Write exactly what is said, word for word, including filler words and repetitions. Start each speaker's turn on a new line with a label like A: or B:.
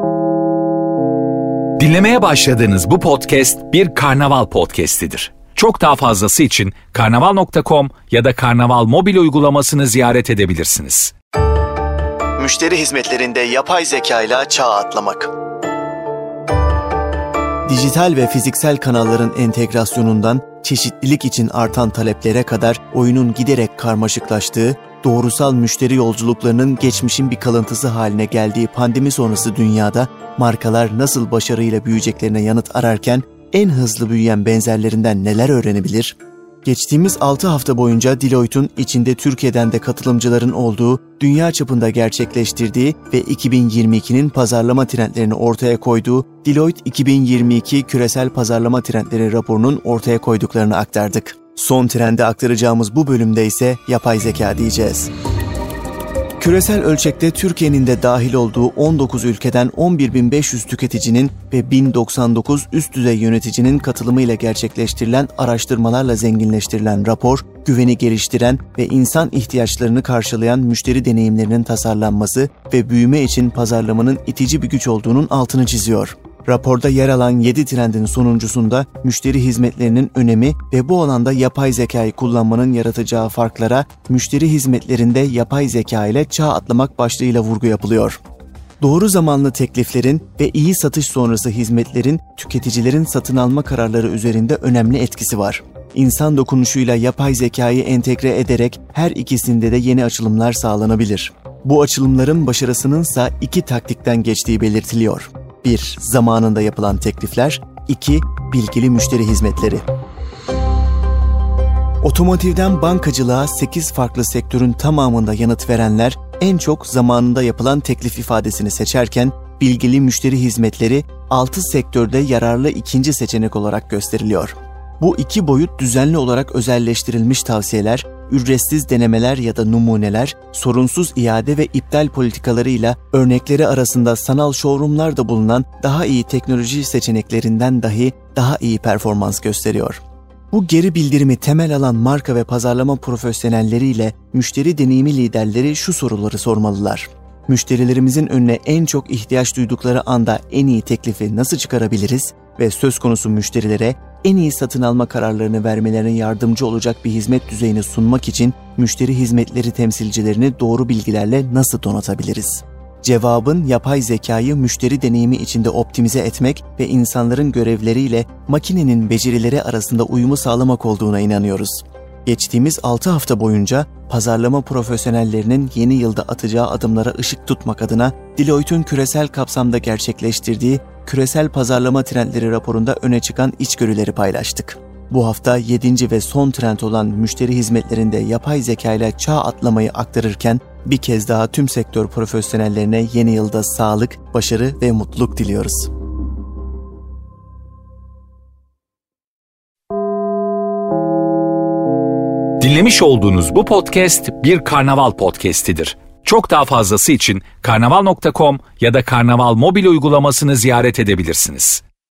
A: Dinlemeye başladığınız bu podcast bir karnaval podcastidir. Çok daha fazlası için karnaval nokta com ya da karnaval mobil uygulamasını ziyaret edebilirsiniz.
B: Müşteri hizmetlerinde yapay zeka ile çağ atlamak. Dijital ve fiziksel kanalların entegrasyonundan çeşitlilik için artan taleplere kadar oyunun giderek karmaşıklaştığı, doğrusal müşteri yolculuklarının geçmişin bir kalıntısı haline geldiği pandemi sonrası dünyada markalar nasıl başarıyla büyüyeceklerine yanıt ararken en hızlı büyüyen benzerlerinden neler öğrenebilir? Geçtiğimiz altı hafta boyunca Deloitte'un içinde Türkiye'den de katılımcıların olduğu, dünya çapında gerçekleştirdiği ve iki bin yirmi ikinin pazarlama trendlerini ortaya koyduğu Deloitte iki bin yirmi iki Küresel Pazarlama Trendleri raporunun ortaya koyduklarını aktardık. Son trende aktaracağımız bu bölümde ise yapay zeka diyeceğiz. Küresel ölçekte Türkiye'nin de dahil olduğu on dokuz ülkeden on bir bin beş yüz tüketicinin ve bin doksan dokuz üst düzey yöneticinin katılımıyla gerçekleştirilen araştırmalarla zenginleştirilen rapor, güveni geliştiren ve insan ihtiyaçlarını karşılayan müşteri deneyimlerinin tasarlanması ve büyüme için pazarlamanın itici bir güç olduğunun altını çiziyor. Raporda yer alan yedi trendin sonuncusunda müşteri hizmetlerinin önemi ve bu alanda yapay zekayı kullanmanın yaratacağı farklara, müşteri hizmetlerinde yapay zeka ile çağ atlamak başlığıyla vurgu yapılıyor. Doğru zamanlı tekliflerin ve iyi satış sonrası hizmetlerin tüketicilerin satın alma kararları üzerinde önemli etkisi var. İnsan dokunuşuyla yapay zekayı entegre ederek her ikisinde de yeni açılımlar sağlanabilir. Bu açılımların başarısınınsa iki taktikten geçtiği belirtiliyor. bir Zamanında yapılan teklifler. iki Bilgili müşteri hizmetleri. Otomotivden bankacılığa sekiz farklı sektörün tamamında yanıt verenler en çok zamanında yapılan teklif ifadesini seçerken bilgili müşteri hizmetleri altı sektörde yararlı ikinci seçenek olarak gösteriliyor. Bu iki boyut düzenli olarak özelleştirilmiş tavsiyeler, ücretsiz denemeler ya da numuneler, sorunsuz iade ve iptal politikalarıyla örnekleri arasında sanal showroomlarda bulunan daha iyi teknoloji seçeneklerinden dahi daha iyi performans gösteriyor. Bu geri bildirimi temel alan marka ve pazarlama profesyonelleriyle müşteri deneyimi liderleri şu soruları sormalılar. Müşterilerimizin önüne en çok ihtiyaç duydukları anda en iyi teklifi nasıl çıkarabiliriz ve söz konusu müşterilere en iyi satın alma kararlarını vermelerine yardımcı olacak bir hizmet düzeyini sunmak için müşteri hizmetleri temsilcilerini doğru bilgilerle nasıl donatabiliriz? Cevabın yapay zekayı müşteri deneyimi içinde optimize etmek ve insanların görevleriyle makinenin becerileri arasında uyumu sağlamak olduğuna inanıyoruz. Geçtiğimiz altı hafta boyunca pazarlama profesyonellerinin yeni yılda atacağı adımlara ışık tutmak adına Deloitte'un küresel kapsamda gerçekleştirdiği Küresel Pazarlama Trendleri raporunda öne çıkan içgörüleri paylaştık. Bu hafta yedinci ve son trend olan müşteri hizmetlerinde yapay zeka ile çağ atlamayı aktarırken bir kez daha tüm sektör profesyonellerine yeni yılda sağlık, başarı ve mutluluk diliyoruz.
A: Dinlemiş olduğunuz bu podcast bir karnaval podcastidir. Çok daha fazlası için karnaval nokta com ya da karnaval mobil uygulamasını ziyaret edebilirsiniz.